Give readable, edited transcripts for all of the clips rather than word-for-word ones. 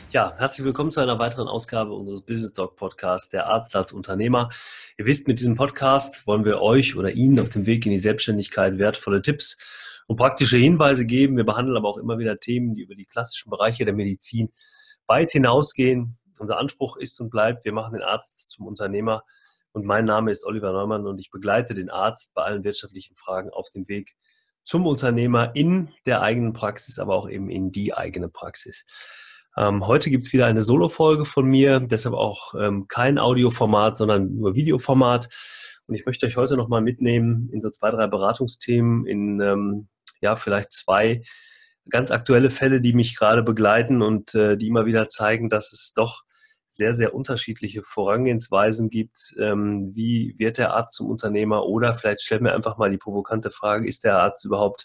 Ja, herzlich willkommen zu einer weiteren Ausgabe unseres Business Talk Podcasts, der Arzt als Unternehmer. Ihr wisst, mit diesem Podcast wollen wir euch oder Ihnen auf dem Weg in die Selbstständigkeit wertvolle Tipps und praktische Hinweise geben. Wir behandeln aber auch immer wieder Themen, die über die klassischen Bereiche der Medizin weit hinausgehen. Unser Anspruch ist und bleibt, wir machen den Arzt zum Unternehmer. Und mein Name ist Oliver Neumann und ich begleite den Arzt bei allen wirtschaftlichen Fragen auf dem Weg zum Unternehmer in der eigenen Praxis, aber auch eben in die eigene Praxis. Heute gibt es wieder eine Solo-Folge von mir, deshalb auch kein Audioformat, sondern nur Videoformat. Und ich möchte euch heute nochmal mitnehmen in so 2, 3 Beratungsthemen, in vielleicht 2 ganz aktuelle Fälle, die mich gerade begleiten und die immer wieder zeigen, dass es doch sehr, sehr unterschiedliche Vorangehensweisen gibt. Wie wird der Arzt zum Unternehmer? Oder vielleicht stellen wir einfach mal die provokante Frage, ist der Arzt überhaupt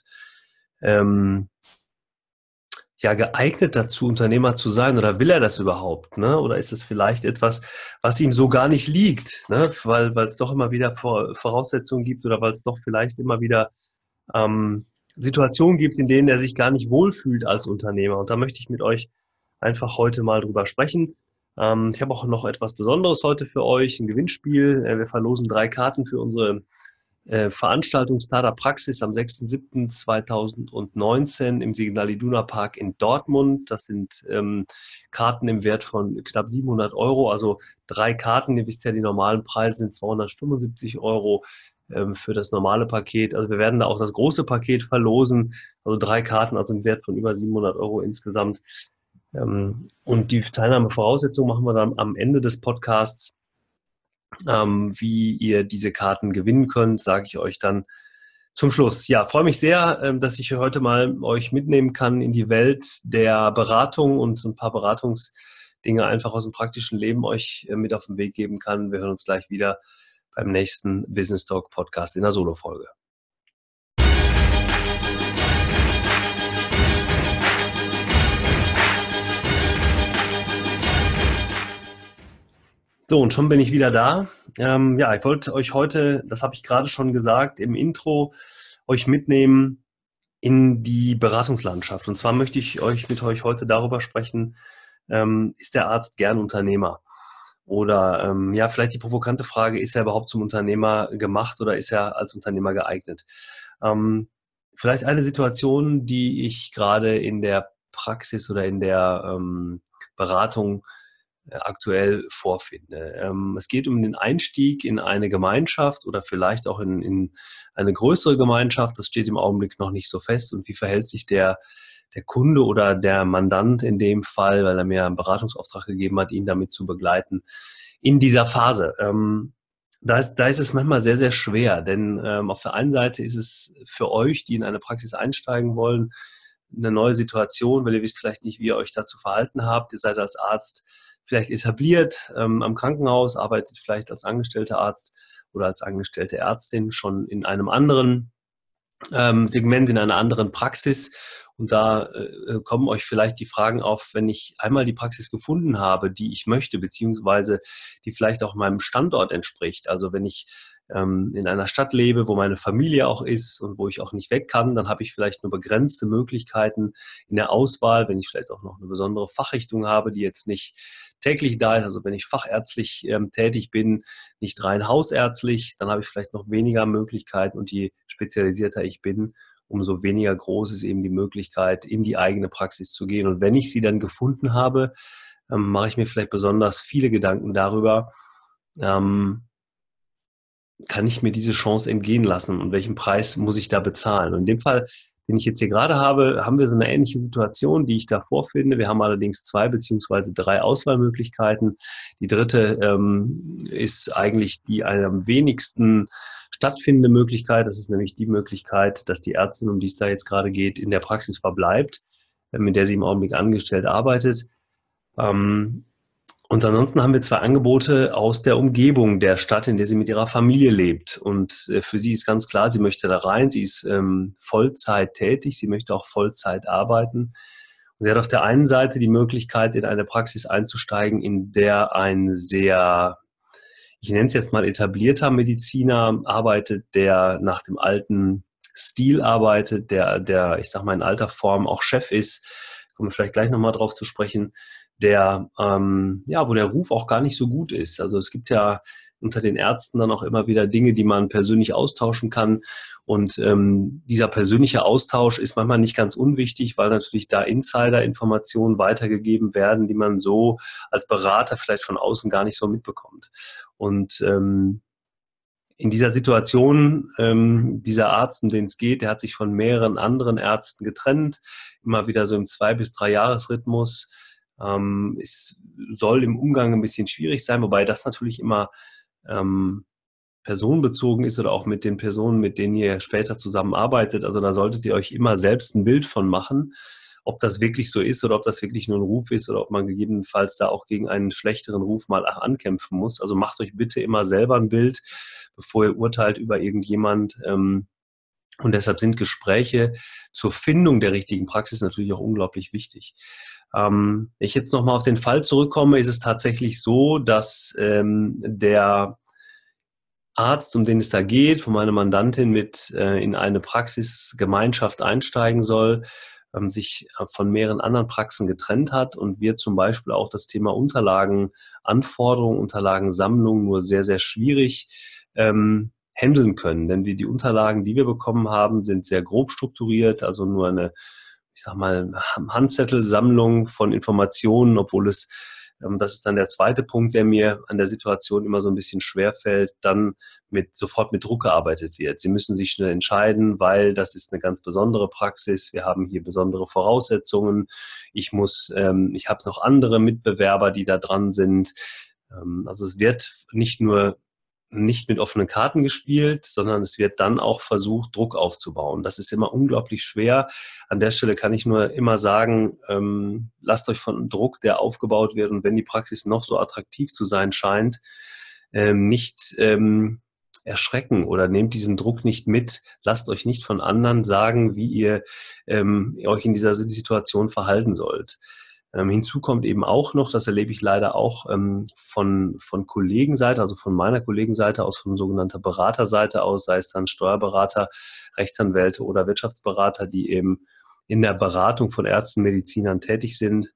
geeignet dazu, Unternehmer zu sein, oder will er das überhaupt? Ne? Oder ist es vielleicht etwas, was ihm so gar nicht liegt, ne? Weil es doch immer wieder Voraussetzungen gibt oder weil es doch vielleicht immer wieder Situationen gibt, in denen er sich gar nicht wohlfühlt als Unternehmer. Und da möchte ich mit euch einfach heute mal drüber sprechen. Ich habe auch noch etwas Besonderes heute für euch, ein Gewinnspiel. Wir verlosen 3 Karten für unsere Veranstaltung Startup Praxis am 6.7.2019 im Signal Iduna Park in Dortmund. Das sind Karten im Wert von knapp 700 Euro, also 3 Karten. Ihr wisst ja, die normalen Preise sind 275 Euro für das normale Paket. Also wir werden da auch das große Paket verlosen, also 3 Karten, also im Wert von über 700 Euro insgesamt. Und die Teilnahmevoraussetzungen machen wir dann am Ende des Podcasts. Wie ihr diese Karten gewinnen könnt, sage ich euch dann zum Schluss. Ja, freue mich sehr, dass ich heute mal euch mitnehmen kann in die Welt der Beratung und so ein paar Beratungsdinge einfach aus dem praktischen Leben euch mit auf den Weg geben kann. Wir hören uns gleich wieder beim nächsten Business Talk Podcast in der Solo-Folge. So, und schon bin ich wieder da. Ich wollte euch heute, das habe ich gerade schon gesagt, im Intro euch mitnehmen in die Beratungslandschaft. Und zwar möchte ich mit euch heute darüber sprechen, ist der Arzt gern Unternehmer? Oder vielleicht die provokante Frage, ist er überhaupt zum Unternehmer gemacht oder ist er als Unternehmer geeignet? Vielleicht eine Situation, die ich gerade in der Praxis oder in der Beratung aktuell vorfinde. Es geht um den Einstieg in eine Gemeinschaft oder vielleicht auch in eine größere Gemeinschaft. Das steht im Augenblick noch nicht so fest. Und wie verhält sich der Kunde oder der Mandant in dem Fall, weil er mir einen Beratungsauftrag gegeben hat, ihn damit zu begleiten in dieser Phase? Da ist es manchmal sehr, sehr schwer, denn auf der einen Seite ist es für euch, die in eine Praxis einsteigen wollen, eine neue Situation, weil ihr wisst vielleicht nicht, wie ihr euch dazu verhalten habt. Ihr seid als Arzt vielleicht etabliert am Krankenhaus, arbeitet vielleicht als angestellter Arzt oder als angestellte Ärztin schon in einem anderen Segment, in einer anderen Praxis. Und da kommen euch vielleicht die Fragen auf, wenn ich einmal die Praxis gefunden habe, die ich möchte, beziehungsweise die vielleicht auch meinem Standort entspricht. Also wenn ich in einer Stadt lebe, wo meine Familie auch ist und wo ich auch nicht weg kann, dann habe ich vielleicht nur begrenzte Möglichkeiten in der Auswahl, wenn ich vielleicht auch noch eine besondere Fachrichtung habe, die jetzt nicht täglich da ist. Also wenn ich fachärztlich tätig bin, nicht rein hausärztlich, dann habe ich vielleicht noch weniger Möglichkeiten, und je spezialisierter ich bin, umso weniger groß ist eben die Möglichkeit, in die eigene Praxis zu gehen. Und wenn ich sie dann gefunden habe, mache ich mir vielleicht besonders viele Gedanken darüber, kann ich mir diese Chance entgehen lassen und welchen Preis muss ich da bezahlen? Und in dem Fall, den ich jetzt hier gerade habe, haben wir so eine ähnliche Situation, die ich da vorfinde. Wir haben allerdings 2 beziehungsweise 3 Auswahlmöglichkeiten. Die dritte ist eigentlich die am wenigsten stattfindende Möglichkeit. Das ist nämlich die Möglichkeit, dass die Ärztin, um die es da jetzt gerade geht, in der Praxis verbleibt, mit der sie im Augenblick angestellt arbeitet. Und ansonsten haben wir 2 Angebote aus der Umgebung der Stadt, in der sie mit ihrer Familie lebt. Und für sie ist ganz klar, sie möchte da rein. Sie ist Vollzeit tätig. Sie möchte auch Vollzeit arbeiten. Und sie hat auf der einen Seite die Möglichkeit, in eine Praxis einzusteigen, in der ein sehr, ich nenne es jetzt mal etablierter Mediziner arbeitet, der nach dem alten Stil arbeitet, der ich sag mal in alter Form auch Chef ist. Kommen wir vielleicht gleich nochmal drauf zu sprechen. wo der Ruf auch gar nicht so gut ist. Also es gibt ja unter den Ärzten dann auch immer wieder Dinge, die man persönlich austauschen kann. Und dieser persönliche Austausch ist manchmal nicht ganz unwichtig, weil natürlich da Insider-Informationen weitergegeben werden, die man so als Berater vielleicht von außen gar nicht so mitbekommt. Und in dieser Situation, dieser Arzt, um den es geht, der hat sich von mehreren anderen Ärzten getrennt, immer wieder so im 2- bis 3-Jahres-Rhythmus. Es soll im Umgang ein bisschen schwierig sein, wobei das natürlich immer personenbezogen ist oder auch mit den Personen, mit denen ihr später zusammenarbeitet. Also da solltet ihr euch immer selbst ein Bild von machen, ob das wirklich so ist oder ob das wirklich nur ein Ruf ist oder ob man gegebenenfalls da auch gegen einen schlechteren Ruf mal ankämpfen muss. Also macht euch bitte immer selber ein Bild, bevor ihr urteilt über irgendjemand. Und deshalb sind Gespräche zur Findung der richtigen Praxis natürlich auch unglaublich wichtig. Wenn ich jetzt nochmal auf den Fall zurückkomme, ist es tatsächlich so, dass der Arzt, um den es da geht, von meiner Mandantin mit in eine Praxisgemeinschaft einsteigen soll, sich von mehreren anderen Praxen getrennt hat und wir zum Beispiel auch das Thema Unterlagenanforderungen, Unterlagensammlung nur sehr, sehr schwierig handeln können. Denn die Unterlagen, die wir bekommen haben, sind sehr grob strukturiert, also nur eine, ich sag mal, Handzettelsammlung von Informationen, obwohl es das ist dann der zweite Punkt, der mir an der Situation immer so ein bisschen schwerfällt, dann sofort mit Druck gearbeitet wird. Sie müssen sich schnell entscheiden, weil das ist eine ganz besondere Praxis. Wir haben hier besondere Voraussetzungen. Ich habe noch andere Mitbewerber, die da dran sind. Also es wird nicht mit offenen Karten gespielt, sondern es wird dann auch versucht, Druck aufzubauen. Das ist immer unglaublich schwer. An der Stelle kann ich nur immer sagen, lasst euch von Druck, der aufgebaut wird, und wenn die Praxis noch so attraktiv zu sein scheint, nicht erschrecken oder nehmt diesen Druck nicht mit. Lasst euch nicht von anderen sagen, wie ihr euch in dieser Situation verhalten sollt. Hinzu kommt eben auch noch, das erlebe ich leider auch von Kollegenseite, also von meiner Kollegenseite aus, von sogenannter Beraterseite aus, sei es dann Steuerberater, Rechtsanwälte oder Wirtschaftsberater, die eben in der Beratung von Ärzten, Medizinern tätig sind,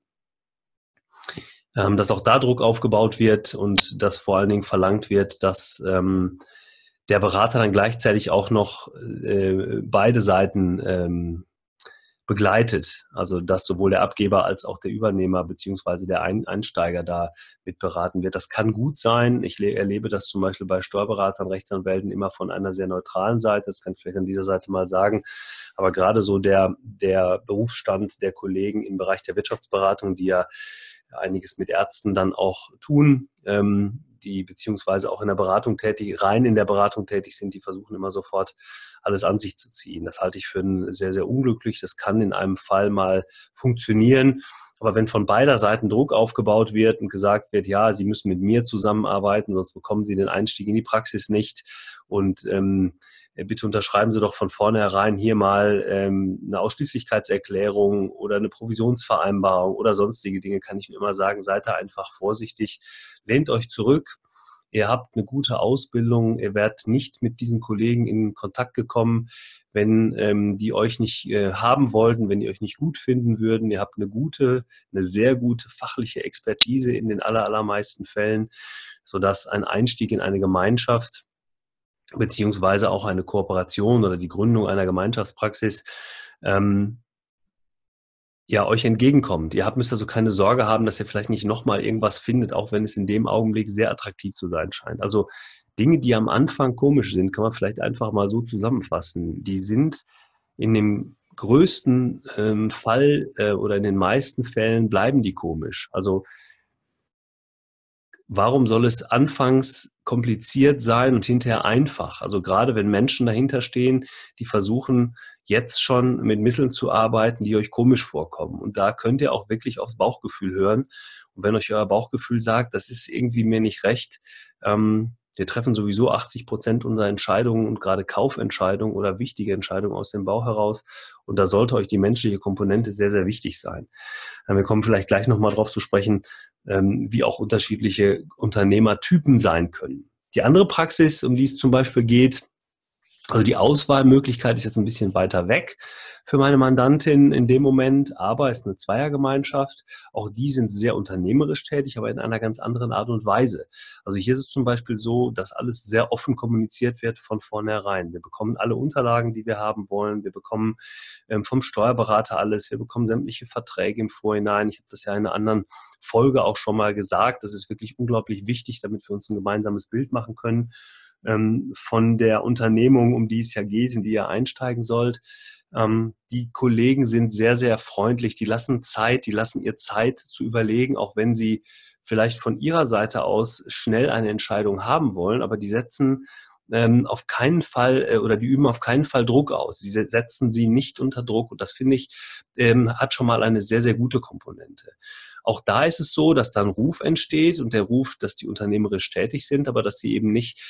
dass auch da Druck aufgebaut wird und dass vor allen Dingen verlangt wird, dass der Berater dann gleichzeitig auch noch beide Seiten begleitet, also dass sowohl der Abgeber als auch der Übernehmer beziehungsweise der Einsteiger da mit beraten wird. Das kann gut sein. Ich erlebe das zum Beispiel bei Steuerberatern, Rechtsanwälten immer von einer sehr neutralen Seite. Das kann ich vielleicht an dieser Seite mal sagen. Aber gerade so der Berufsstand der Kollegen im Bereich der Wirtschaftsberatung, die ja einiges mit Ärzten dann auch tun, die beziehungsweise auch in der Beratung rein in der Beratung tätig sind, die versuchen immer sofort alles an sich zu ziehen. Das halte ich für sehr, sehr unglücklich. Das kann in einem Fall mal funktionieren. Aber wenn von beider Seiten Druck aufgebaut wird und gesagt wird, ja, Sie müssen mit mir zusammenarbeiten, sonst bekommen Sie den Einstieg in die Praxis nicht. Und bitte unterschreiben Sie doch von vornherein hier mal eine Ausschließlichkeitserklärung oder eine Provisionsvereinbarung oder sonstige Dinge, kann ich nur immer sagen, seid da einfach vorsichtig, lehnt euch zurück. Ihr habt eine gute Ausbildung, ihr werdet nicht mit diesen Kollegen in Kontakt gekommen, wenn die euch nicht haben wollten, wenn die euch nicht gut finden würden. Ihr habt eine sehr gute fachliche Expertise in den allermeisten Fällen, sodass ein Einstieg in eine Gemeinschaft beziehungsweise auch eine Kooperation oder die Gründung einer Gemeinschaftspraxis euch entgegenkommt. Müsst also keine Sorge haben, dass ihr vielleicht nicht nochmal irgendwas findet, auch wenn es in dem Augenblick sehr attraktiv zu sein scheint. Also Dinge, die am Anfang komisch sind, kann man vielleicht einfach mal so zusammenfassen. Die sind in dem größten Fall oder in den meisten Fällen bleiben die komisch. Also warum soll es anfangs kompliziert sein und hinterher einfach? Also gerade wenn Menschen dahinter stehen, die versuchen jetzt schon mit Mitteln zu arbeiten, die euch komisch vorkommen. Und da könnt ihr auch wirklich aufs Bauchgefühl hören. Und wenn euch euer Bauchgefühl sagt, das ist irgendwie mir nicht recht, wir treffen sowieso 80% unserer Entscheidungen und gerade Kaufentscheidungen oder wichtige Entscheidungen aus dem Bauch heraus. Und da sollte euch die menschliche Komponente sehr, sehr wichtig sein. Wir kommen vielleicht gleich nochmal drauf zu sprechen, wie auch unterschiedliche Unternehmertypen sein können. Die andere Praxis, um die es zum Beispiel geht, Also die Auswahlmöglichkeit ist jetzt ein bisschen weiter weg für meine Mandantin in dem Moment, aber es ist eine Zweiergemeinschaft. Auch die sind sehr unternehmerisch tätig, aber in einer ganz anderen Art und Weise. Also hier ist es zum Beispiel so, dass alles sehr offen kommuniziert wird von vornherein. Wir bekommen alle Unterlagen, die wir haben wollen. Wir bekommen vom Steuerberater alles. Wir bekommen sämtliche Verträge im Vorhinein. Ich habe das ja in einer anderen Folge auch schon mal gesagt. Das ist wirklich unglaublich wichtig, damit wir uns ein gemeinsames Bild machen können von der Unternehmung, um die es ja geht, in die ihr einsteigen sollt. Die Kollegen sind sehr, sehr freundlich. Die lassen Zeit, die lassen ihr Zeit zu überlegen, auch wenn sie vielleicht von ihrer Seite aus schnell eine Entscheidung haben wollen, aber die setzen auf keinen Fall oder die üben auf keinen Fall Druck aus. Sie setzen sie nicht unter Druck und das finde ich hat schon mal eine sehr, sehr gute Komponente. Auch da ist es so, dass da ein Ruf entsteht und der Ruf, dass die unternehmerisch tätig sind, aber dass sie eben nicht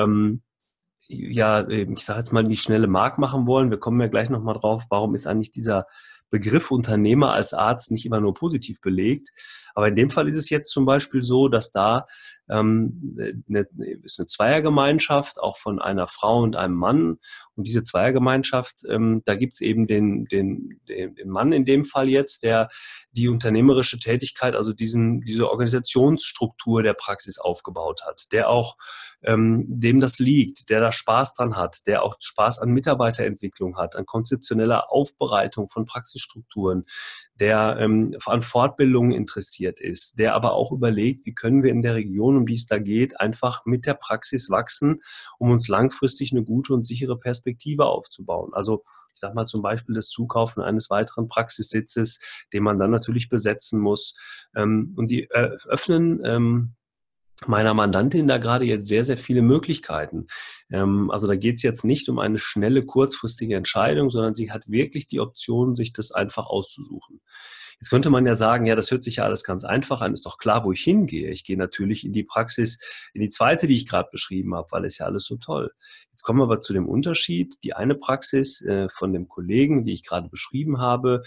ja, ich sage jetzt mal, die schnelle Mark machen wollen. Wir kommen ja gleich nochmal drauf, warum ist eigentlich dieser Begriff Unternehmer als Arzt nicht immer nur positiv belegt. Aber in dem Fall ist es jetzt zum Beispiel so, dass da ist eine Zweiergemeinschaft, auch von einer Frau und einem Mann. Und diese Zweiergemeinschaft, da gibt's eben den Mann in dem Fall jetzt, der die unternehmerische Tätigkeit, also diese Organisationsstruktur der Praxis aufgebaut hat, der auch dem das liegt, der da Spaß dran hat, der auch Spaß an Mitarbeiterentwicklung hat, an konzeptioneller Aufbereitung von Praxisstrukturen, der an Fortbildungen interessiert ist, der aber auch überlegt, wie können wir in der Region, um die es da geht, einfach mit der Praxis wachsen, um uns langfristig eine gute und sichere Perspektive aufzubauen. Also ich sage mal zum Beispiel das Zukaufen eines weiteren Praxissitzes, den man dann natürlich besetzen muss. Und die öffnen meiner Mandantin da gerade jetzt sehr, sehr viele Möglichkeiten. Also da geht es jetzt nicht um eine schnelle, kurzfristige Entscheidung, sondern sie hat wirklich die Option, sich das einfach auszusuchen. Jetzt könnte man ja sagen, ja, das hört sich ja alles ganz einfach an, ist doch klar, wo ich hingehe. Ich gehe natürlich in die Praxis, in die zweite, die ich gerade beschrieben habe, weil es ja alles so toll. Jetzt kommen wir aber zu dem Unterschied. Die eine Praxis von dem Kollegen, die ich gerade beschrieben habe,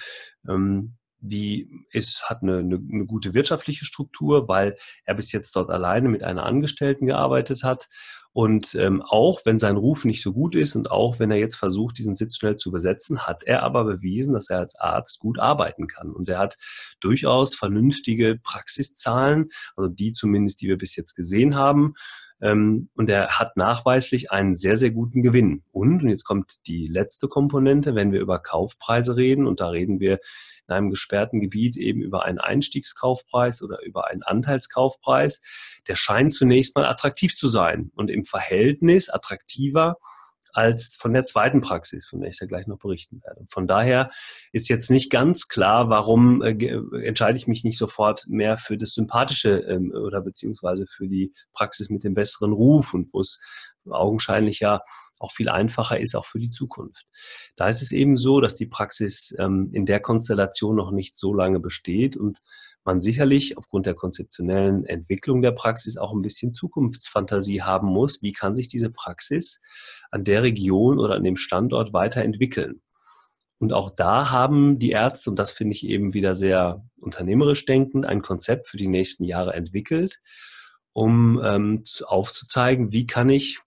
hat eine gute wirtschaftliche Struktur, weil er bis jetzt dort alleine mit einer Angestellten gearbeitet hat. Und auch wenn sein Ruf nicht so gut ist und auch wenn er jetzt versucht, diesen Sitz schnell zu besetzen, hat er aber bewiesen, dass er als Arzt gut arbeiten kann. Und er hat durchaus vernünftige Praxiszahlen, also die zumindest, die wir bis jetzt gesehen haben. Und er hat nachweislich einen sehr, sehr guten Gewinn. Und jetzt kommt die letzte Komponente, wenn wir über Kaufpreise reden, und da reden wir in einem gesperrten Gebiet eben über einen Einstiegskaufpreis oder über einen Anteilskaufpreis, der scheint zunächst mal attraktiv zu sein und im Verhältnis attraktiver als von der zweiten Praxis, von der ich da gleich noch berichten werde. Von daher ist jetzt nicht ganz klar, warum entscheide ich mich nicht sofort mehr für das Sympathische oder beziehungsweise für die Praxis mit dem besseren Ruf und wo es augenscheinlich ja auch viel einfacher ist, auch für die Zukunft. Da ist es eben so, dass die Praxis in der Konstellation noch nicht so lange besteht und man sicherlich aufgrund der konzeptionellen Entwicklung der Praxis auch ein bisschen Zukunftsfantasie haben muss. Wie kann sich diese Praxis an der Region oder an dem Standort weiterentwickeln? Und auch da haben die Ärzte, und das finde ich eben wieder sehr unternehmerisch denkend, ein Konzept für die nächsten Jahre entwickelt, um aufzuzeigen, wie kann ich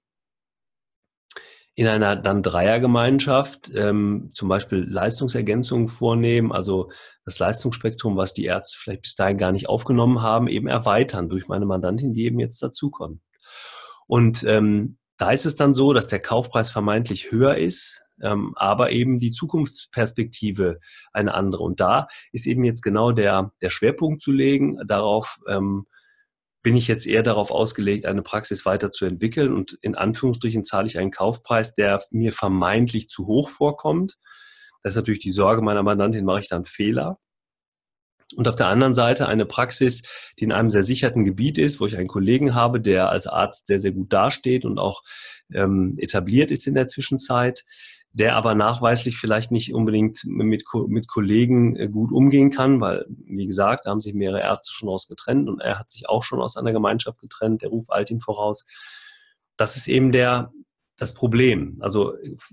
in einer dann Dreiergemeinschaft zum Beispiel Leistungsergänzungen vornehmen, also das Leistungsspektrum, was die Ärzte vielleicht bis dahin gar nicht aufgenommen haben, eben erweitern durch meine Mandantin, die eben jetzt dazukommt. Und da ist es dann so, dass der Kaufpreis vermeintlich höher ist, aber eben die Zukunftsperspektive eine andere. Und da ist eben jetzt genau der Schwerpunkt zu legen, darauf bin ich jetzt eher darauf ausgelegt, eine Praxis weiterzuentwickeln und in Anführungsstrichen zahle ich einen Kaufpreis, der mir vermeintlich zu hoch vorkommt. Das ist natürlich die Sorge meiner Mandantin, mache ich da einen Fehler? Und auf der anderen Seite eine Praxis, die in einem sehr sicherten Gebiet ist, wo ich einen Kollegen habe, der als Arzt sehr, sehr gut dasteht und auch etabliert ist in der Zwischenzeit, der aber nachweislich vielleicht nicht unbedingt mit Kollegen gut umgehen kann, weil, wie gesagt, da haben sich mehrere Ärzte schon raus getrennt und er hat sich auch schon aus einer Gemeinschaft getrennt, der Ruf eilt ihm voraus. Das ist eben das Problem. Also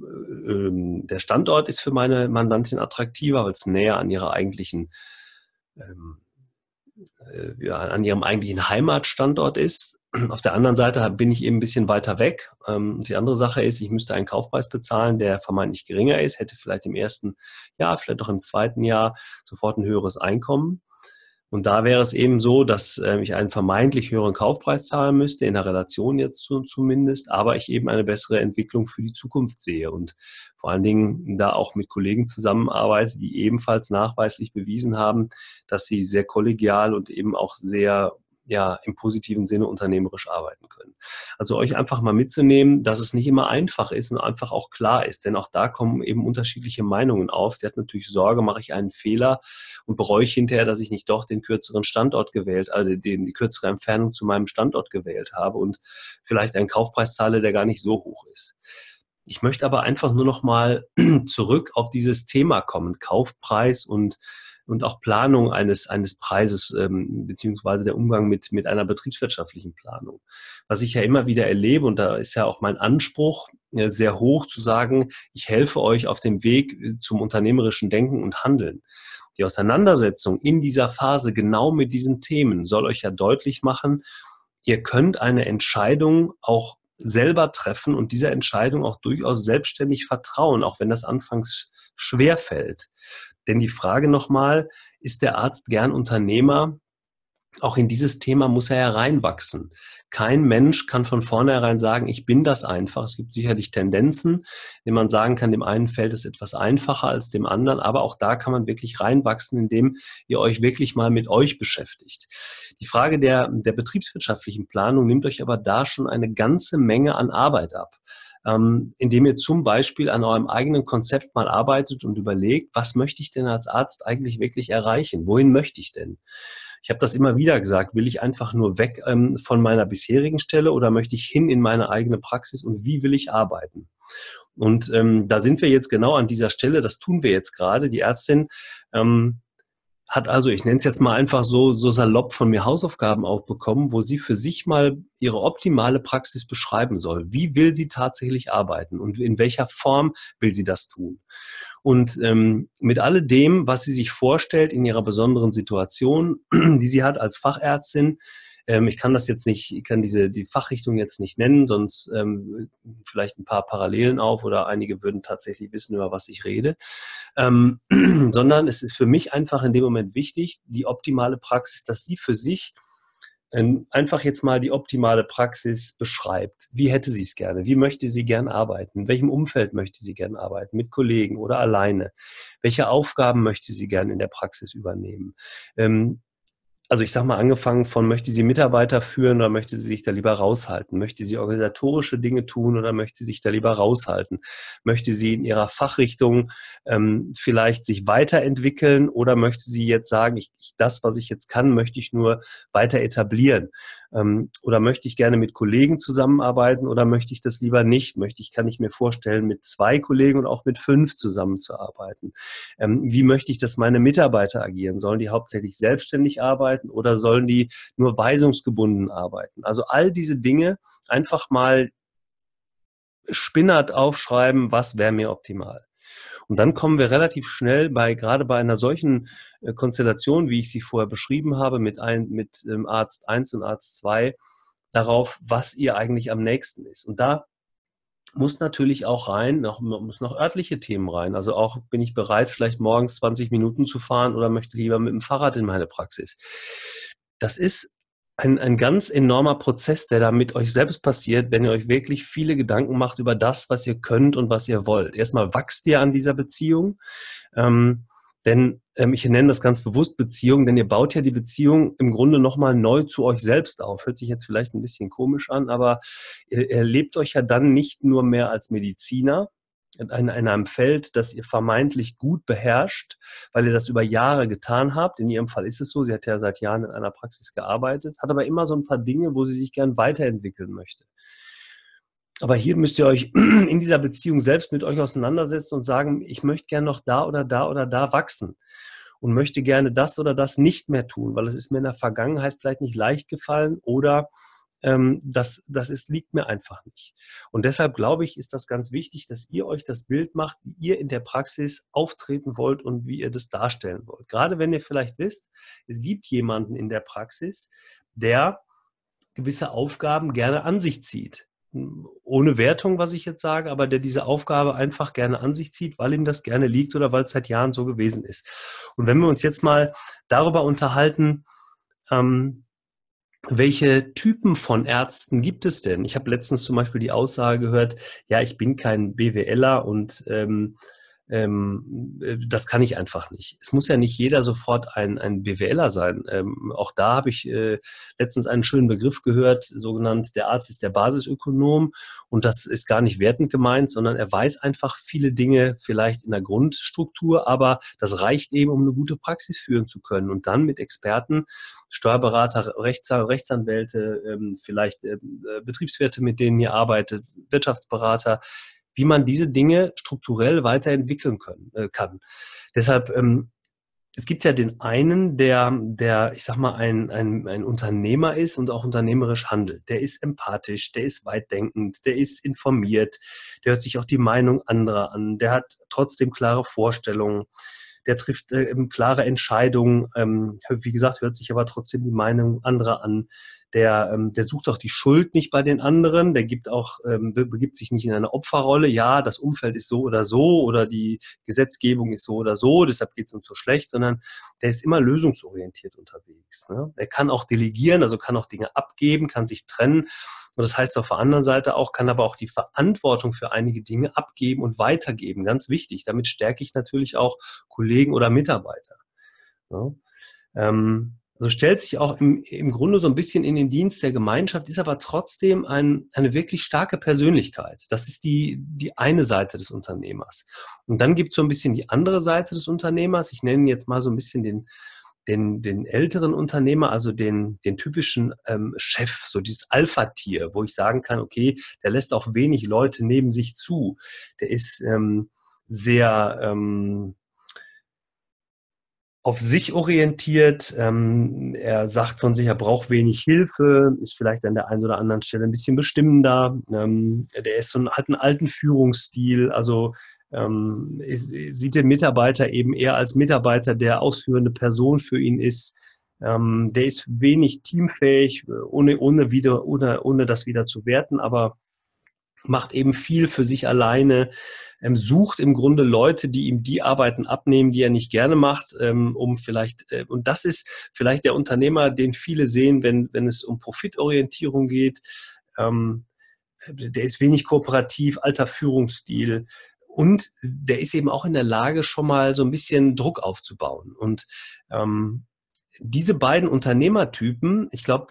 der Standort ist für meine Mandantin attraktiver, weil es näher an ihrer an ihrem eigentlichen Heimatstandort ist. Auf der anderen Seite bin ich eben ein bisschen weiter weg. Die andere Sache ist, ich müsste einen Kaufpreis bezahlen, der vermeintlich geringer ist, hätte vielleicht im ersten Jahr, vielleicht auch im zweiten Jahr sofort ein höheres Einkommen. Und da wäre es eben so, dass ich einen vermeintlich höheren Kaufpreis zahlen müsste, in der Relation jetzt zumindest, aber ich eben eine bessere Entwicklung für die Zukunft sehe und vor allen Dingen da auch mit Kollegen zusammenarbeite, die ebenfalls nachweislich bewiesen haben, dass sie sehr kollegial und eben auch sehr im positiven Sinne unternehmerisch arbeiten können. Also euch einfach mal mitzunehmen, dass es nicht immer einfach ist und einfach auch klar ist, denn auch da kommen eben unterschiedliche Meinungen auf. Der hat natürlich Sorge, mache ich einen Fehler und bereue ich hinterher, dass ich nicht doch den kürzeren Standort gewählt, also die kürzere Entfernung zu meinem Standort gewählt habe und vielleicht einen Kaufpreis zahle, der gar nicht so hoch ist. Ich möchte aber einfach nur noch mal zurück auf dieses Thema kommen, Kaufpreis und auch Planung eines Preises, beziehungsweise der Umgang mit einer betriebswirtschaftlichen Planung. Was ich ja immer wieder erlebe, und da ist ja auch mein Anspruch sehr hoch, zu sagen, ich helfe euch auf dem Weg zum unternehmerischen Denken und Handeln. Die Auseinandersetzung in dieser Phase genau mit diesen Themen soll euch ja deutlich machen, ihr könnt eine Entscheidung auch selber treffen und dieser Entscheidung auch durchaus selbstständig vertrauen, auch wenn das anfangs schwer fällt. Denn die Frage nochmal, ist der Arzt gern Unternehmer? Auch in dieses Thema muss er hereinwachsen. Kein Mensch kann von vornherein sagen, ich bin das einfach. Es gibt sicherlich Tendenzen, denen man sagen kann, dem einen fällt es etwas einfacher als dem anderen, aber auch da kann man wirklich reinwachsen, indem ihr euch wirklich mal mit euch beschäftigt. Die Frage der betriebswirtschaftlichen Planung nimmt euch aber da schon eine ganze Menge an Arbeit ab, indem ihr zum Beispiel an eurem eigenen Konzept mal arbeitet und überlegt, was möchte ich denn als Arzt eigentlich wirklich erreichen? Wohin möchte ich denn? Ich habe das immer wieder gesagt, will ich einfach nur weg von meiner bisherigen Stelle oder möchte ich hin in meine eigene Praxis und wie will ich arbeiten? Und da sind wir jetzt genau an dieser Stelle, das tun wir jetzt gerade. Die Ärztin hat also, ich nenne es jetzt mal einfach so salopp von mir Hausaufgaben aufbekommen, wo sie für sich mal ihre optimale Praxis beschreiben soll. Wie will sie tatsächlich arbeiten und in welcher Form will sie das tun? Und mit alledem, was sie sich vorstellt in ihrer besonderen Situation, die sie hat als Fachärztin, ich kann das jetzt nicht, ich kann die Fachrichtung jetzt nicht nennen, sonst vielleicht ein paar Parallelen auf oder einige würden tatsächlich wissen, über was ich rede. Sondern es ist für mich einfach in dem Moment wichtig, die optimale Praxis, dass sie für sich einfach jetzt mal die optimale Praxis beschreibt. Wie hätte sie es gerne? Wie möchte sie gern arbeiten? In welchem Umfeld möchte sie gern arbeiten? Mit Kollegen oder alleine? Welche Aufgaben möchte sie gern in der Praxis übernehmen? Also ich sage mal, angefangen von, möchte sie Mitarbeiter führen oder möchte sie sich da lieber raushalten? Möchte sie organisatorische Dinge tun oder möchte sie sich da lieber raushalten? Möchte sie in ihrer Fachrichtung vielleicht sich weiterentwickeln oder möchte sie jetzt sagen, das, was ich jetzt kann, möchte ich nur weiter etablieren? Oder möchte ich gerne mit Kollegen zusammenarbeiten oder möchte ich das lieber nicht? Kann ich mir vorstellen, mit 2 Kollegen und auch mit 5 zusammenzuarbeiten? Wie möchte ich, dass meine Mitarbeiter agieren? Sollen die hauptsächlich selbstständig arbeiten oder sollen die nur weisungsgebunden arbeiten? Also all diese Dinge einfach mal spinnert aufschreiben, was wäre mir optimal. Und dann kommen wir relativ schnell gerade bei einer solchen Konstellation, wie ich sie vorher beschrieben habe, mit Arzt 1 und Arzt 2, darauf, was ihr eigentlich am nächsten ist. Und da muss natürlich auch muss noch örtliche Themen rein. Also auch, bin ich bereit, vielleicht morgens 20 Minuten zu fahren oder möchte lieber mit dem Fahrrad in meine Praxis. Das ist ein ganz enormer Prozess, der da mit euch selbst passiert, wenn ihr euch wirklich viele Gedanken macht über das, was ihr könnt und was ihr wollt. Erstmal wachst ihr an dieser Beziehung. Denn ich nenne das ganz bewusst Beziehung, denn ihr baut ja die Beziehung im Grunde nochmal neu zu euch selbst auf. Hört sich jetzt vielleicht ein bisschen komisch an, aber ihr erlebt euch ja dann nicht nur mehr als Mediziner in einem Feld, das ihr vermeintlich gut beherrscht, weil ihr das über Jahre getan habt. In ihrem Fall ist es so, sie hat ja seit Jahren in einer Praxis gearbeitet, hat aber immer so ein paar Dinge, wo sie sich gern weiterentwickeln möchte. Aber hier müsst ihr euch in dieser Beziehung selbst mit euch auseinandersetzen und sagen, ich möchte gerne noch da oder da oder da wachsen und möchte gerne das oder das nicht mehr tun, weil es ist mir in der Vergangenheit vielleicht nicht leicht gefallen oder liegt mir einfach nicht. Und deshalb glaube ich, ist das ganz wichtig, dass ihr euch das Bild macht, wie ihr in der Praxis auftreten wollt und wie ihr das darstellen wollt. Gerade wenn ihr vielleicht wisst, es gibt jemanden in der Praxis, der gewisse Aufgaben gerne an sich zieht. Ohne Wertung, was ich jetzt sage, aber der diese Aufgabe einfach gerne an sich zieht, weil ihm das gerne liegt oder weil es seit Jahren so gewesen ist. Und wenn wir uns jetzt mal darüber unterhalten, welche Typen von Ärzten gibt es denn? Ich habe letztens zum Beispiel die Aussage gehört, ja, ich bin kein BWLer und das kann ich einfach nicht. Es muss ja nicht jeder sofort ein BWLer sein. Auch da habe ich letztens einen schönen Begriff gehört, sogenannt, der Arzt ist der Basisökonom. Und das ist gar nicht wertend gemeint, sondern er weiß einfach viele Dinge vielleicht in der Grundstruktur, aber das reicht eben, um eine gute Praxis führen zu können. Und dann mit Experten, Steuerberater, Rechtsanwälte, vielleicht Betriebswirte, mit denen ihr arbeitet, Wirtschaftsberater, wie man diese Dinge strukturell weiterentwickeln kann. Deshalb, es gibt ja den einen, der ich sag mal, ein Unternehmer ist und auch unternehmerisch handelt. Der ist empathisch, der ist weitdenkend, der ist informiert, der hört sich auch die Meinung anderer an, der hat trotzdem klare Vorstellungen, der trifft klare Entscheidungen, wie gesagt, hört sich aber trotzdem die Meinung anderer an. Der sucht auch die Schuld nicht bei den anderen, der begibt sich nicht in eine Opferrolle. Ja, das Umfeld ist so oder die Gesetzgebung ist so oder so, deshalb geht es uns so schlecht, sondern der ist immer lösungsorientiert unterwegs. Ne? Er kann auch delegieren, also kann auch Dinge abgeben, kann sich trennen. Und das heißt auf der anderen Seite auch, kann aber auch die Verantwortung für einige Dinge abgeben und weitergeben. Ganz wichtig. Damit stärke ich natürlich auch Kollegen oder Mitarbeiter. Ja? Also stellt sich auch im Grunde so ein bisschen in den Dienst der Gemeinschaft, ist aber trotzdem eine wirklich starke Persönlichkeit. Das ist die eine Seite des Unternehmers. Und dann gibt es so ein bisschen die andere Seite des Unternehmers. Ich nenne jetzt mal so ein bisschen den älteren Unternehmer, also den typischen Chef, so dieses Alpha-Tier, wo ich sagen kann, okay, der lässt auch wenig Leute neben sich zu. Der ist sehr auf sich orientiert. Er sagt von sich, er braucht wenig Hilfe, ist vielleicht an der einen oder anderen Stelle ein bisschen bestimmender. Der ist hat einen alten Führungsstil, also sieht den Mitarbeiter eben eher als Mitarbeiter, der ausführende Person für ihn ist. Der ist wenig teamfähig, ohne das wieder zu werten, aber macht eben viel für sich alleine, sucht im Grunde Leute, die ihm die Arbeiten abnehmen, die er nicht gerne macht, und das ist vielleicht der Unternehmer, den viele sehen, wenn es um Profitorientierung geht. Der ist wenig kooperativ, alter Führungsstil. Und der ist eben auch in der Lage, schon mal so ein bisschen Druck aufzubauen. Und diese beiden Unternehmertypen, ich glaube,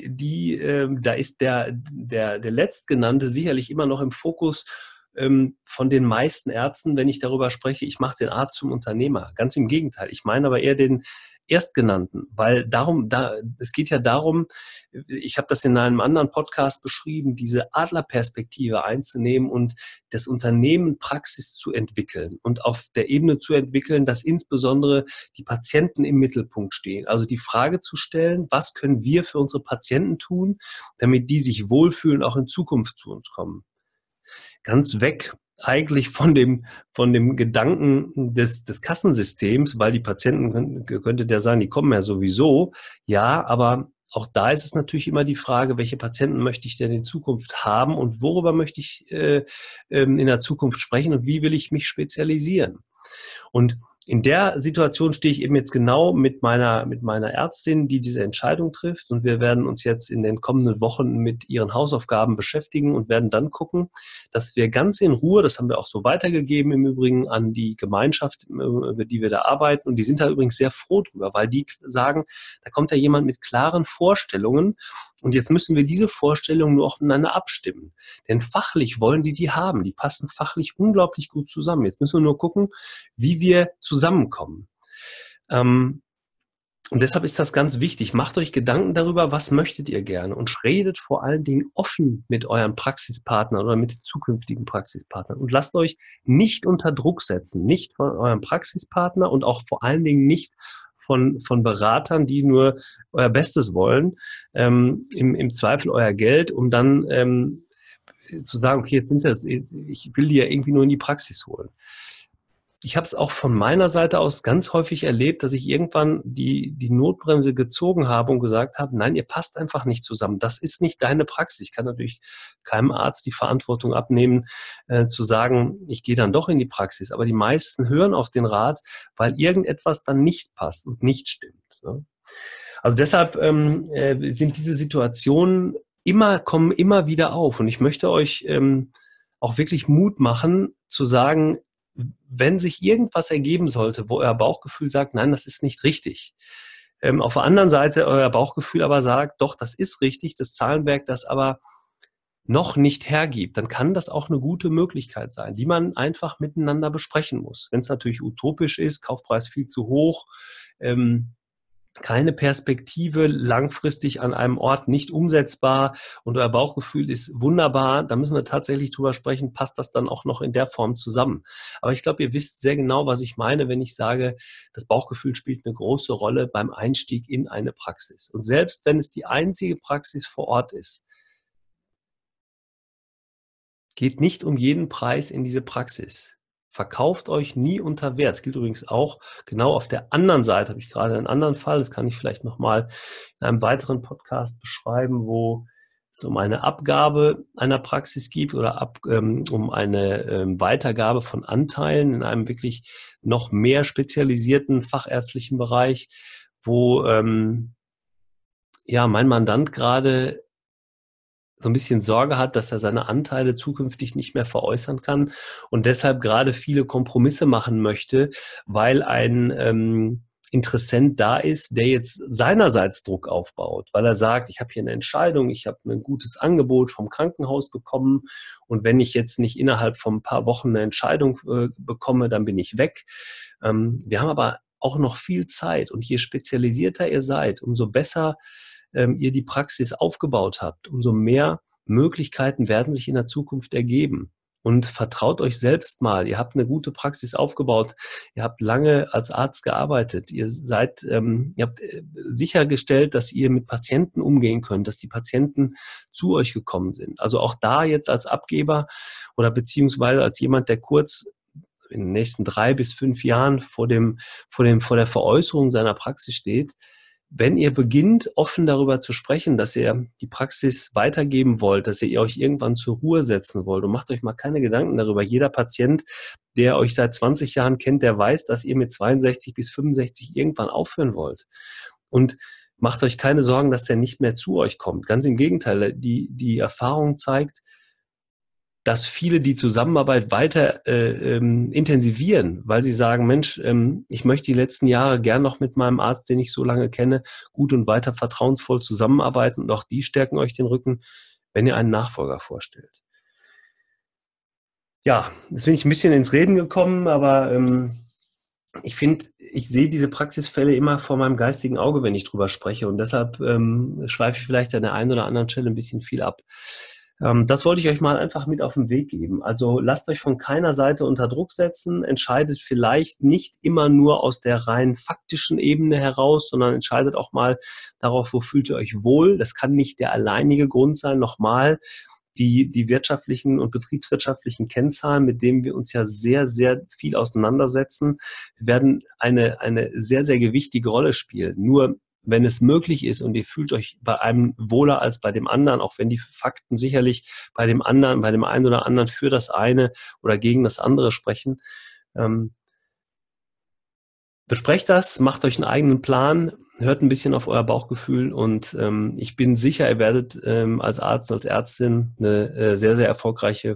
da ist der Letztgenannte sicherlich immer noch im Fokus von den meisten Ärzten, wenn ich darüber spreche, ich mache den Arzt zum Unternehmer. Ganz im Gegenteil. Ich meine aber eher den Erstgenannten, weil es geht ja darum, ich habe das in einem anderen Podcast beschrieben, diese Adlerperspektive einzunehmen und das Unternehmen Praxis zu entwickeln und auf der Ebene zu entwickeln, dass insbesondere die Patienten im Mittelpunkt stehen. Also die Frage zu stellen, was können wir für unsere Patienten tun, damit die sich wohlfühlen, auch in Zukunft zu uns kommen. Ganz weg eigentlich von dem Gedanken des Kassensystems, weil die Patienten, könnte der sein, die kommen ja sowieso. Ja, aber auch da ist es natürlich immer die Frage, welche Patienten möchte ich denn in Zukunft haben und worüber möchte ich in der Zukunft sprechen und wie will ich mich spezialisieren. Und in der Situation stehe ich eben jetzt genau mit meiner Ärztin, die diese Entscheidung trifft. Und wir werden uns jetzt in den kommenden Wochen mit ihren Hausaufgaben beschäftigen und werden dann gucken, dass wir ganz in Ruhe, das haben wir auch so weitergegeben im Übrigen an die Gemeinschaft, über die wir da arbeiten. Und die sind da übrigens sehr froh drüber, weil die sagen, da kommt ja jemand mit klaren Vorstellungen. Und jetzt müssen wir diese Vorstellungen nur aufeinander abstimmen. Denn fachlich wollen die haben. Die passen fachlich unglaublich gut zusammen. Jetzt müssen wir nur gucken, wie wir zusammenkommen. Und deshalb ist das ganz wichtig. Macht euch Gedanken darüber, was möchtet ihr gerne und redet vor allen Dingen offen mit euren Praxispartnern oder mit den zukünftigen Praxispartnern und lasst euch nicht unter Druck setzen, nicht von eurem Praxispartner und auch vor allen Dingen nicht von Beratern, die nur euer Bestes wollen, im Zweifel euer Geld, um dann zu sagen, okay, jetzt ich will die ja irgendwie nur in die Praxis holen. Ich habe es auch von meiner Seite aus ganz häufig erlebt, dass ich irgendwann die Notbremse gezogen habe und gesagt habe, nein, ihr passt einfach nicht zusammen. Das ist nicht deine Praxis. Ich kann natürlich keinem Arzt die Verantwortung abnehmen, zu sagen, ich gehe dann doch in die Praxis. Aber die meisten hören auf den Rat, weil irgendetwas dann nicht passt und nicht stimmt. Ne? Also deshalb sind diese Situationen kommen immer wieder auf. Und ich möchte euch auch wirklich Mut machen, zu sagen, wenn sich irgendwas ergeben sollte, wo euer Bauchgefühl sagt, nein, das ist nicht richtig. Auf der anderen Seite euer Bauchgefühl aber sagt, doch, das ist richtig, das Zahlenwerk das aber noch nicht hergibt, dann kann das auch eine gute Möglichkeit sein, die man einfach miteinander besprechen muss. Wenn es natürlich utopisch ist, Kaufpreis viel zu hoch, keine Perspektive, langfristig an einem Ort nicht umsetzbar und euer Bauchgefühl ist wunderbar, da müssen wir tatsächlich drüber sprechen, passt das dann auch noch in der Form zusammen. Aber ich glaube, ihr wisst sehr genau, was ich meine, wenn ich sage, das Bauchgefühl spielt eine große Rolle beim Einstieg in eine Praxis. Und selbst wenn es die einzige Praxis vor Ort ist, geht nicht um jeden Preis in diese Praxis. Verkauft euch nie unter Wert. Das gilt übrigens auch genau auf der anderen Seite, habe ich gerade einen anderen Fall, das kann ich vielleicht nochmal in einem weiteren Podcast beschreiben, wo es um eine Abgabe einer Praxis geht oder um eine Weitergabe von Anteilen in einem wirklich noch mehr spezialisierten fachärztlichen Bereich, wo ja mein Mandant gerade so ein bisschen Sorge hat, dass er seine Anteile zukünftig nicht mehr veräußern kann und deshalb gerade viele Kompromisse machen möchte, weil ein Interessent da ist, der jetzt seinerseits Druck aufbaut, weil er sagt, ich habe hier eine Entscheidung, ich habe ein gutes Angebot vom Krankenhaus bekommen und wenn ich jetzt nicht innerhalb von ein paar Wochen eine Entscheidung bekomme, dann bin ich weg. Wir haben aber auch noch viel Zeit und je spezialisierter ihr seid, umso besser ihr die Praxis aufgebaut habt, umso mehr Möglichkeiten werden sich in der Zukunft ergeben. Und vertraut euch selbst mal. Ihr habt eine gute Praxis aufgebaut. Ihr habt lange als Arzt gearbeitet. Ihr habt sichergestellt, dass ihr mit Patienten umgehen könnt, dass die Patienten zu euch gekommen sind. Also auch da jetzt als Abgeber oder beziehungsweise als jemand, der kurz in den nächsten 3 bis 5 Jahren vor der Veräußerung seiner Praxis steht, wenn ihr beginnt, offen darüber zu sprechen, dass ihr die Praxis weitergeben wollt, dass ihr euch irgendwann zur Ruhe setzen wollt und macht euch mal keine Gedanken darüber. Jeder Patient, der euch seit 20 Jahren kennt, der weiß, dass ihr mit 62 bis 65 irgendwann aufhören wollt. Und macht euch keine Sorgen, dass der nicht mehr zu euch kommt. Ganz im Gegenteil, die Erfahrung zeigt, dass viele die Zusammenarbeit weiter intensivieren, weil sie sagen, Mensch, ich möchte die letzten Jahre gern noch mit meinem Arzt, den ich so lange kenne, gut und weiter vertrauensvoll zusammenarbeiten und auch die stärken euch den Rücken, wenn ihr einen Nachfolger vorstellt. Ja, jetzt bin ich ein bisschen ins Reden gekommen, aber ich finde, ich sehe diese Praxisfälle immer vor meinem geistigen Auge, wenn ich drüber spreche und deshalb schweife ich vielleicht an der einen oder anderen Stelle ein bisschen viel ab. Das wollte ich euch mal einfach mit auf den Weg geben. Also lasst euch von keiner Seite unter Druck setzen, entscheidet vielleicht nicht immer nur aus der rein faktischen Ebene heraus, sondern entscheidet auch mal darauf, wo fühlt ihr euch wohl. Das kann nicht der alleinige Grund sein. Nochmal, die wirtschaftlichen und betriebswirtschaftlichen Kennzahlen, mit denen wir uns ja sehr, sehr viel auseinandersetzen, werden eine sehr, sehr gewichtige Rolle spielen. Nur wenn es möglich ist und ihr fühlt euch bei einem wohler als bei dem anderen, auch wenn die Fakten sicherlich bei dem anderen, bei dem einen oder anderen für das eine oder gegen das andere sprechen, besprecht das, macht euch einen eigenen Plan, hört ein bisschen auf euer Bauchgefühl und ich bin sicher, ihr werdet als Arzt, als Ärztin eine sehr, sehr erfolgreiche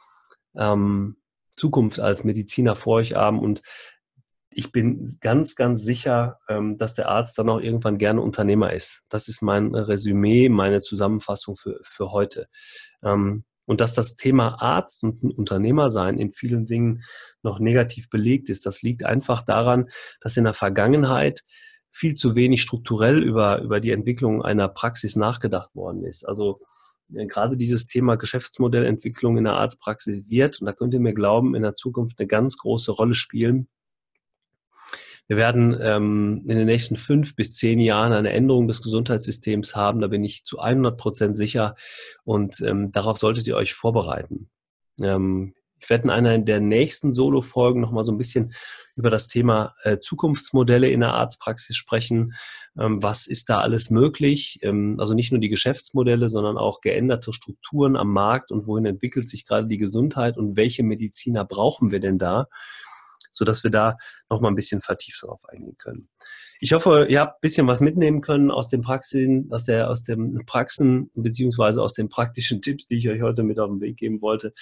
Zukunft als Mediziner vor euch haben und ich bin ganz, ganz sicher, dass der Arzt dann auch irgendwann gerne Unternehmer ist. Das ist mein Resümee, meine Zusammenfassung für heute. Und dass das Thema Arzt und Unternehmer sein in vielen Dingen noch negativ belegt ist, das liegt einfach daran, dass in der Vergangenheit viel zu wenig strukturell über die Entwicklung einer Praxis nachgedacht worden ist. Also gerade dieses Thema Geschäftsmodellentwicklung in der Arztpraxis wird, und da könnt ihr mir glauben, in der Zukunft eine ganz große Rolle spielen. Wir werden in den nächsten 5 bis 10 Jahren eine Änderung des Gesundheitssystems haben. Da bin ich zu 100% sicher. Und darauf solltet ihr euch vorbereiten. Ich werde in einer der nächsten Solo-Folgen nochmal so ein bisschen über das Thema Zukunftsmodelle in der Arztpraxis sprechen. Was ist da alles möglich? Also nicht nur die Geschäftsmodelle, sondern auch geänderte Strukturen am Markt und wohin entwickelt sich gerade die Gesundheit und welche Mediziner brauchen wir denn da, sodass wir da nochmal ein bisschen vertieft darauf eingehen können. Ich hoffe, ihr habt ein bisschen was mitnehmen können aus den Praxen, beziehungsweise aus den praktischen Tipps, die ich euch heute mit auf den Weg geben wollte.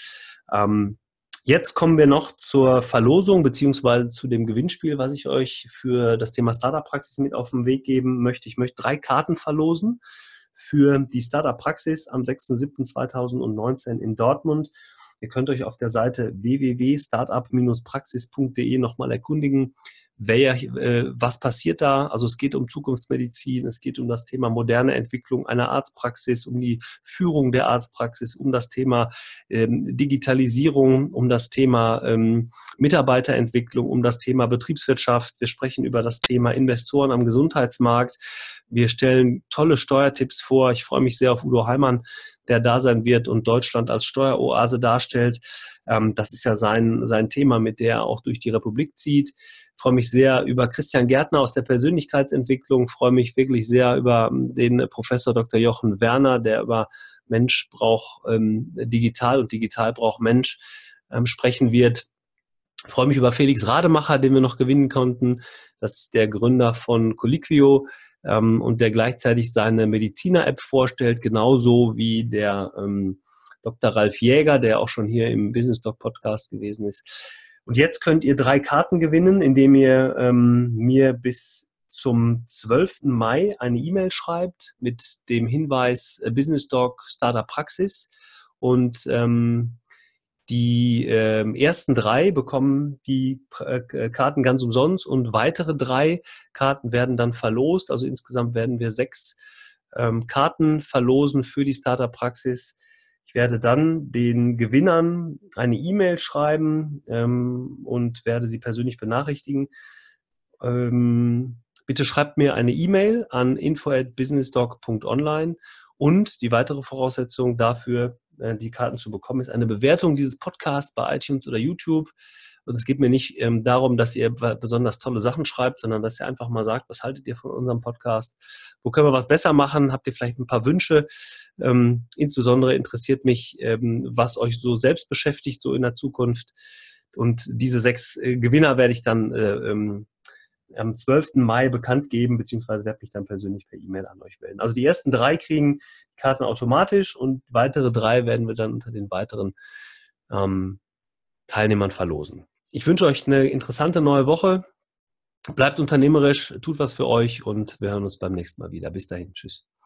Jetzt kommen wir noch zur Verlosung beziehungsweise zu dem Gewinnspiel, was ich euch für das Thema Startup-Praxis mit auf den Weg geben möchte. Ich möchte 3 Karten verlosen für die Startup-Praxis am 6.7.2019 in Dortmund. Ihr könnt euch auf der Seite www.startup-praxis.de nochmal erkundigen, was passiert da. Also es geht um Zukunftsmedizin, es geht um das Thema moderne Entwicklung einer Arztpraxis, um die Führung der Arztpraxis, um das Thema Digitalisierung, um das Thema Mitarbeiterentwicklung, um das Thema Betriebswirtschaft. Wir sprechen über das Thema Investoren am Gesundheitsmarkt. Wir stellen tolle Steuertipps vor. Ich freue mich sehr auf Udo Heimann, der da sein wird und Deutschland als Steueroase darstellt. Das ist ja sein Thema, mit der er auch durch die Republik zieht. Ich freue mich sehr über Christian Gärtner aus der Persönlichkeitsentwicklung. Ich freue mich wirklich sehr über den Professor Dr. Jochen Werner, der über Mensch braucht digital und digital braucht Mensch sprechen wird. Ich freue mich über Felix Rademacher, den wir noch gewinnen konnten. Das ist der Gründer von Colliquio und der gleichzeitig seine Mediziner-App vorstellt, genauso wie der Dr. Ralf Jäger, der auch schon hier im Business Doc Podcast gewesen ist. Und jetzt könnt ihr 3 Karten gewinnen, indem ihr mir bis zum 12. Mai eine E-Mail schreibt mit dem Hinweis Business Doc Startup Praxis. Und die ersten 3 bekommen die Karten ganz umsonst und weitere 3 Karten werden dann verlost. Also insgesamt werden wir 6 Karten verlosen für die Startup Praxis. Ich werde dann den Gewinnern eine E-Mail schreiben und werde sie persönlich benachrichtigen. Bitte schreibt mir eine E-Mail an info@businessdoc.online und die weitere Voraussetzung dafür, die Karten zu bekommen, ist eine Bewertung dieses Podcasts bei iTunes oder YouTube. Und es geht mir nicht darum, dass ihr besonders tolle Sachen schreibt, sondern dass ihr einfach mal sagt, was haltet ihr von unserem Podcast? Wo können wir was besser machen? Habt ihr vielleicht ein paar Wünsche? Insbesondere interessiert mich, was euch so selbst beschäftigt, so in der Zukunft. Und diese 6 Gewinner werde ich dann am 12. Mai bekannt geben, beziehungsweise werde mich dann persönlich per E-Mail an euch melden. Also die ersten 3 kriegen die Karten automatisch und weitere 3 werden wir dann unter den weiteren Teilnehmern verlosen. Ich wünsche euch eine interessante neue Woche. Bleibt unternehmerisch, tut was für euch und wir hören uns beim nächsten Mal wieder. Bis dahin. Tschüss.